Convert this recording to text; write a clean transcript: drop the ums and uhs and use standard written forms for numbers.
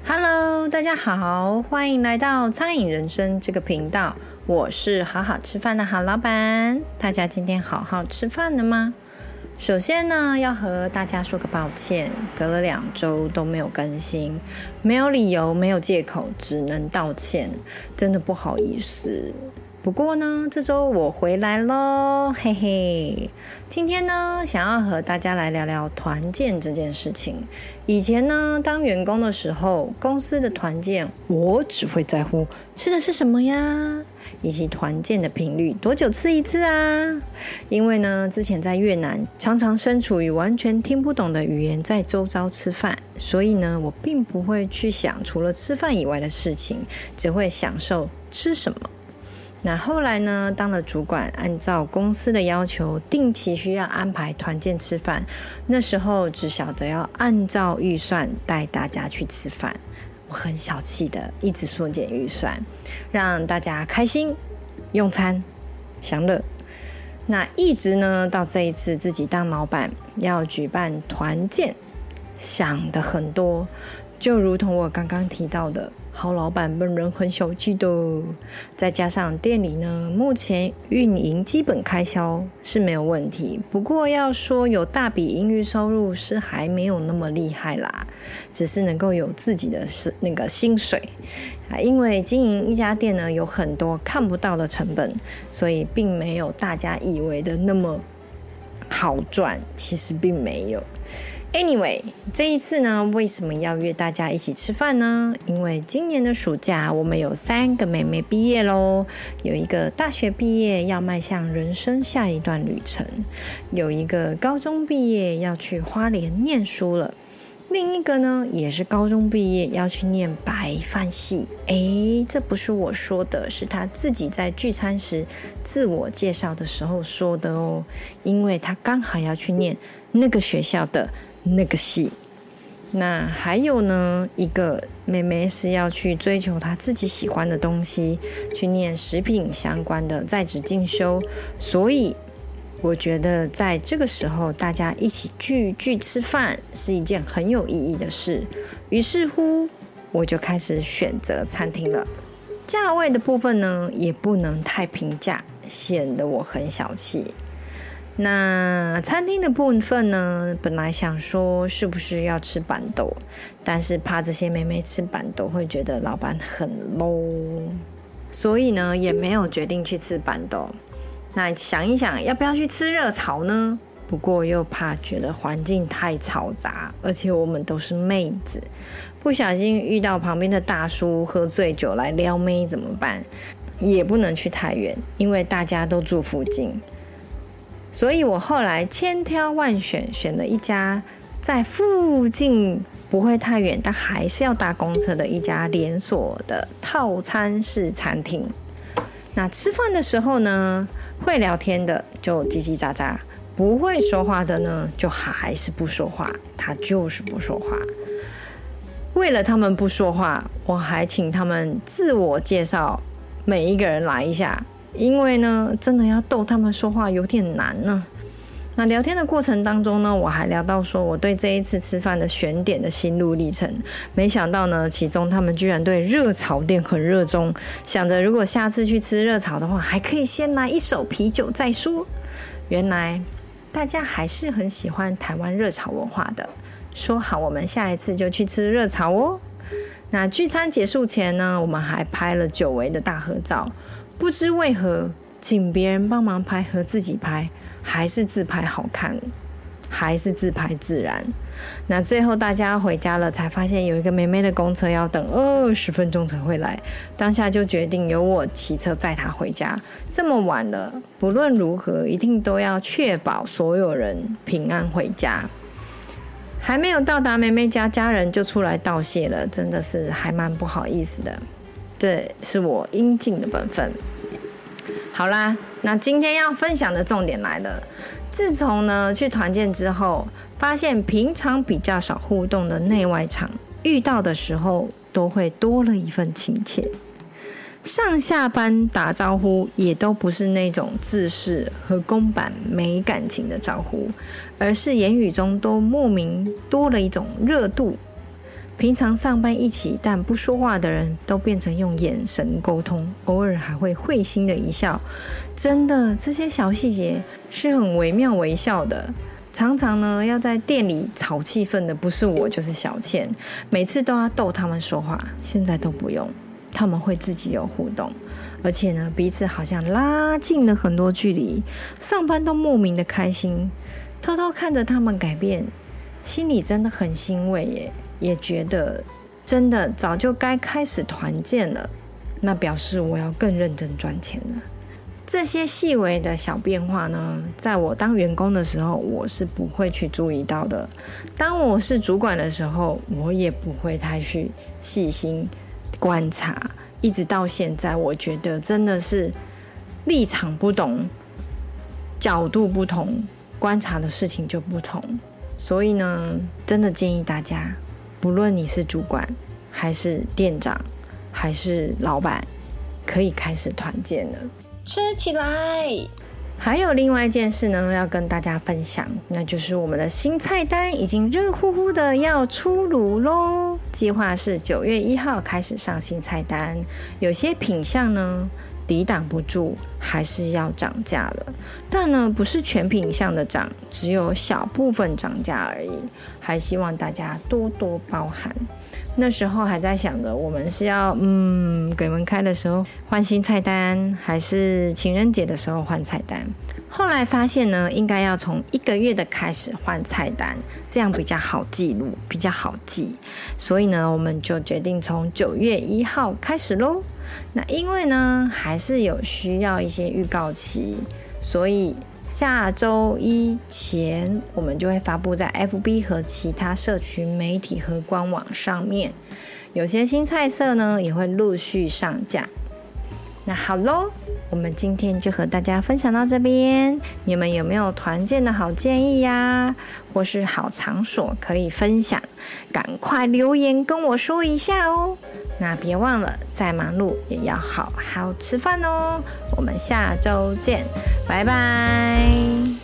Hello， 大家好，欢迎来到餐饮人生这个频道，我是好好吃饭的好老板。大家今天好好吃饭了吗？首先呢，要和大家说个抱歉，隔了2周都没有更新，没有理由，没有借口，只能道歉，真的不好意思。不过呢，这周我回来咯，嘿嘿。今天呢，想要和大家来聊聊团建这件事情。以前呢，当员工的时候，公司的团建，我只会在乎吃的是什么呀，以及团建的频率，多久吃一次啊？因为呢，之前在越南，常常身处于完全听不懂的语言在周遭吃饭，所以呢，我并不会去想除了吃饭以外的事情，只会享受吃什么。那后来呢，当了主管，按照公司的要求，定期需要安排团建吃饭。那时候只晓得要按照预算带大家去吃饭，我很小气的一直缩减预算，让大家开心用餐享乐。那一直呢到这一次自己当老板要举办团建，想的很多，就如同我刚刚提到的，好老板本人很小气的，再加上店里呢，目前运营基本开销是没有问题，不过要说有大笔盈余收入是还没有那么厉害啦，只是能够有自己的那个薪水因为经营一家店呢，有很多看不到的成本，所以并没有大家以为的那么好赚，其实并没有。Anyway， 这一次呢，为什么要约大家一起吃饭呢？因为今年的暑假，我们有3个妹妹毕业咯，有一个大学毕业要迈向人生下一段旅程，有一个高中毕业要去花莲念书了，另一个呢也是高中毕业要去念白饭系。这不是我说的，是他自己在聚餐时自我介绍的时候说的哦，因为他刚好要去念那个学校的那个系。那还有呢，一个妹妹是要去追求她自己喜欢的东西，去念食品相关的在职进修，所以我觉得在这个时候大家一起聚吃饭是一件很有意义的事，于是乎我就开始选择餐厅了。价位的部分呢，也不能太平价，显得我很小气。那餐厅的部分呢，本来想说是不是要吃板豆，但是怕这些妹妹吃板豆会觉得老板很 low， 所以呢也没有决定去吃板豆。那想一想要不要去吃热炒呢？不过又怕觉得环境太嘈杂，而且我们都是妹子，不小心遇到旁边的大叔喝醉酒来撩妹怎么办？也不能去太远，因为大家都住附近。所以我后来千挑万选，选了一家在附近不会太远，但还是要搭公车的一家连锁的套餐式餐厅。那吃饭的时候呢，会聊天的就叽叽喳喳，不会说话的呢就还是不说话，他就是不说话。为了他们不说话，我还请他们自我介绍，每一个人来一下，因为呢真的要逗他们说话有点难呢。那聊天的过程当中呢，我还聊到说我对这一次吃饭的选点的心路历程，没想到呢其中他们居然对热炒店很热衷，想着如果下次去吃热炒的话，还可以先来一手啤酒再说。原来大家还是很喜欢台湾热炒文化的，说好我们下一次就去吃热炒哦。那聚餐结束前呢，我们还拍了久违的大合照，不知为何请别人帮忙拍和自己拍还是自拍好看，还是自拍自然。那最后大家回家了，才发现有一个妹妹的公车要等20分钟才会来，当下就决定由我骑车载她回家。这么晚了，不论如何一定都要确保所有人平安回家。还没有到达妹妹家，家人就出来道谢了，真的是还蛮不好意思的，这是我应尽的本分。好啦，那今天要分享的重点来了。自从呢去团建之后，发现平常比较少互动的内外场，遇到的时候都会多了一份亲切。上下班打招呼也都不是那种自视和公版没感情的招呼，而是言语中都莫名多了一种热度。 平常上班一起但不说话的人都变成用眼神沟通，偶尔还会会心的一笑。真的，这些小细节是很惟妙惟肖的。常常呢，要在店里炒气氛的不是我就是小倩，每次都要逗他们说话，现在都不用，他们会自己有互动，而且呢，彼此好像拉近了很多距离，上班都莫名的开心，偷偷看着他们改变，心里真的很欣慰耶，也觉得真的早就该开始团建了，那表示我要更认真赚钱了。这些细微的小变化呢，在我当员工的时候，我是不会去注意到的。当我是主管的时候，我也不会太去细心观察。一直到现在，我觉得真的是立场不同，角度不同，观察的事情就不同。所以呢，真的建议大家，不论你是主管，还是店长，还是老板，可以开始团建了。吃起来！还有另外一件事呢，要跟大家分享，那就是我们的新菜单已经热乎乎的要出炉咯。计划是9月1号开始上新菜单，有些品项呢抵挡不住，还是要涨价了。但呢，不是全品项的涨，只有小部分涨价而已，还希望大家多多包涵。那时候还在想着，我们是要鬼门开的时候换新菜单，还是情人节的时候换菜单？后来发现呢，应该要从1个月的开始换菜单，这样比较好记录，比较好记。所以呢，我们就决定从9月1号开始咯。那因为呢，还是有需要一些预告期，所以下周一前我们就会发布在 FB 和其他社群媒体和官网上面，有些新菜色呢也会陆续上架。那好咯，我们今天就和大家分享到这边，你们有没有团建的好建议呀？或是好场所可以分享，赶快留言跟我说一下哦。那别忘了，再忙碌也要好好吃饭哦。我们下周见，拜拜。